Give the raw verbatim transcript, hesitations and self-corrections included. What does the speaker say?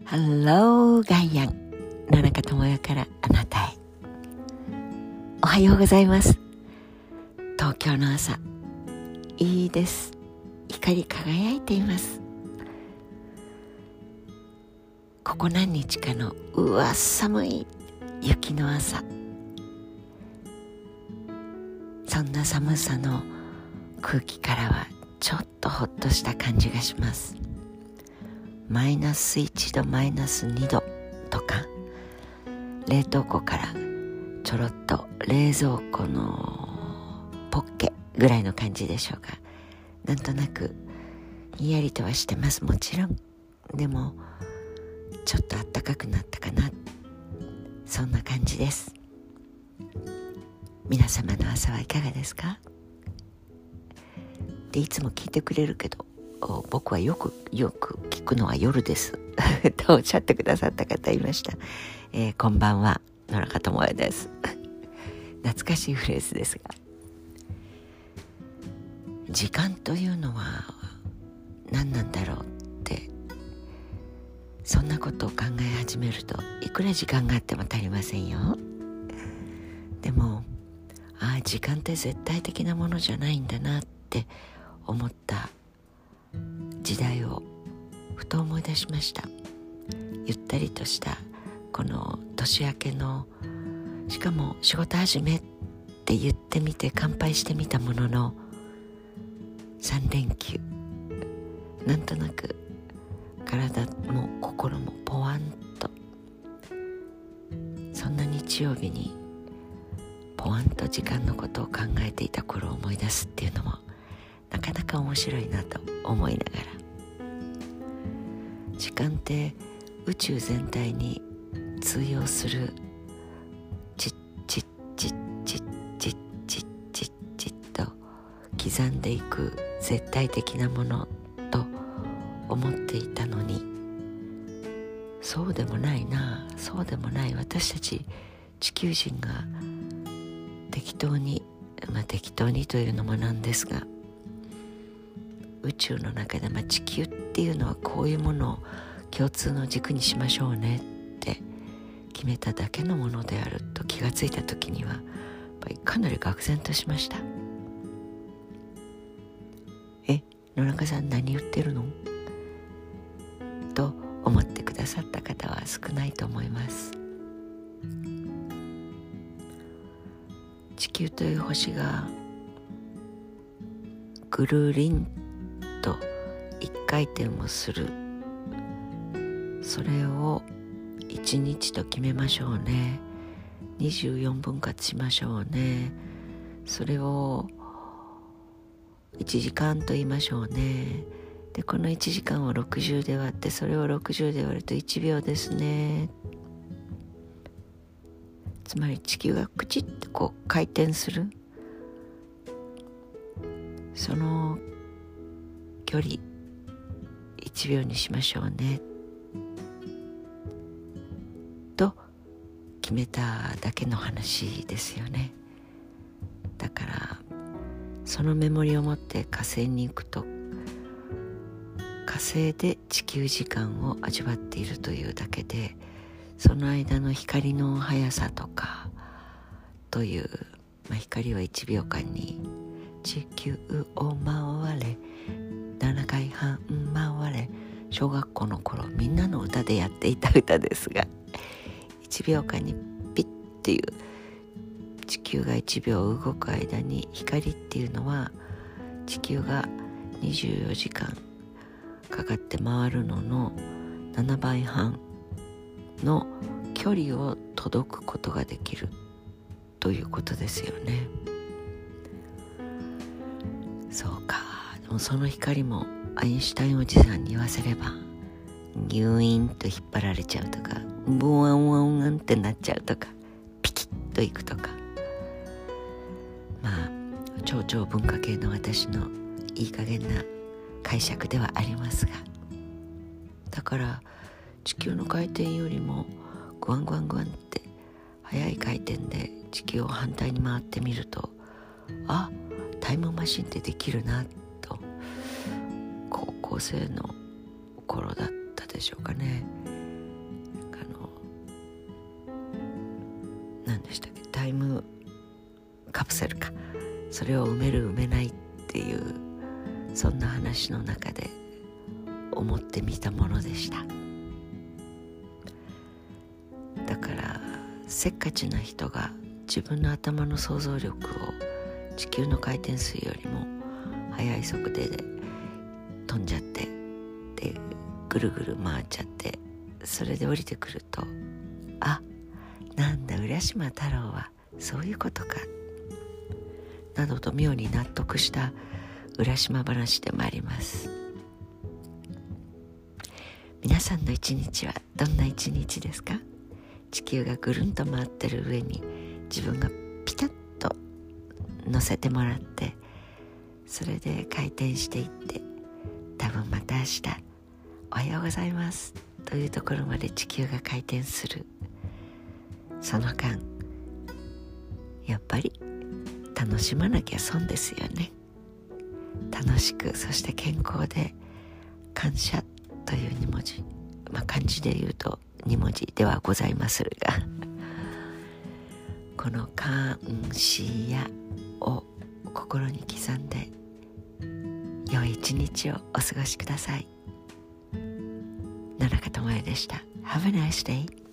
ハローガイアン、野中智代からあなたへ。おはようございます。東京の朝、いいです。光り輝いています。ここ何日かのうわ寒い雪の朝、そんな寒さの空気からはちょっとほっとした感じがします。マイナスいちど、マイナスにどとか、冷凍庫からちょろっと冷蔵庫のポッケぐらいの感じでしょうか。なんとなくひんやりとはしてます。もちろんでもちょっと暖かくなったかな、そんな感じです。皆様の朝はいかがですか？でいつも聞いてくれるけど、僕はよくよく聞くのは夜ですとおっしゃってくださった方いました。えー、こんばんは、野中智代です懐かしいフレーズですが、時間というのは何なんだろうって、そんなことを考え始めるといくら時間があっても足りませんよ。でもああ、時間って絶対的なものじゃないんだなって思った時代をふと思い出しました。ゆったりとしたこの年明けの、しかも仕事始めって言ってみて乾杯してみたもののさん連休、なんとなく体も心もポワンと、そんな日曜日にポワンと時間のことを考えていた頃を思い出すっていうのもなかなか面白いなと思いながら、時間って宇宙全体に通用するチッチッチッチッチッチッチッチッと刻んでいく絶対的なものと思っていたのに、そうでもないな、そうでもない。私たち地球人が適当に、まあ適当にというのもなんですが、宇宙の中で、まあ、地球っていうのはこういうものを共通の軸にしましょうねって決めただけのものであると気がついた時には、やっぱりかなり愕然としました。え、野中さん何言ってるのと思ってくださった方は少ないと思います。地球という星がぐるりんと一回転をする、それを一日と決めましょうね。にじゅうよんぶん割しましょうね。それをいちじかんと言いましょうね。でこのいちじかんをろくじゅうで割って、それをろくじゅうで割るといちびょうですね。つまり地球がくちっとこう回転する、その距離いちびょうにしましょうねと決めただけの話ですよね。だからそのメモリを持って火星に行くと、火星で地球時間を味わっているというだけで、その間の光の速さとかという、まあ、光はいちびょうかんに地球を回れななかいはん回れ、小学校の頃みんなの歌でやっていた歌ですが、いちびょうかんにピッっていう、地球がいちびょう動く間に光っていうのは地球がにじゅうよじかんかかって回るののななばいはんの距離を届くことができるということですよね。そうか。でもその光もアインシュタインおじさんに言わせればギュイーンと引っ張られちゃうとか、ブワンワンワンってなっちゃうとか、ピキッといくとか、まあ超超文化系の私のいい加減な解釈ではありますが、だから地球の回転よりもグワングワングワンって速い回転で地球を反対に回ってみると、あ、タイムマシンってできるなと、高校生の頃だったでしょうかね。 タイムカプセルか、それを埋める埋めないっていう、そんな話の中で思ってみたものでした。だからせっかちな人が自分の頭の想像力を地球の回転数よりも速い速度で飛んじゃって、でぐるぐる回っちゃって、それで降りてくると、あ、なんだ浦島太郎はそういうことかなどと妙に納得した浦島話でもあります。皆さんの一日はどんな一日ですか？地球がぐるんと回ってる上に自分がピタッと乗せてもらって、それで回転していって、多分また明日おはようございますというところまで地球が回転する。その間やっぱり楽しまなきゃ損ですよね。楽しく、そして健康で、感謝というに文字、まあ漢字で言うとに文字ではございますがこの感謝を心に刻んで良い一日をお過ごしください。野中智也でした。 Have a nice day.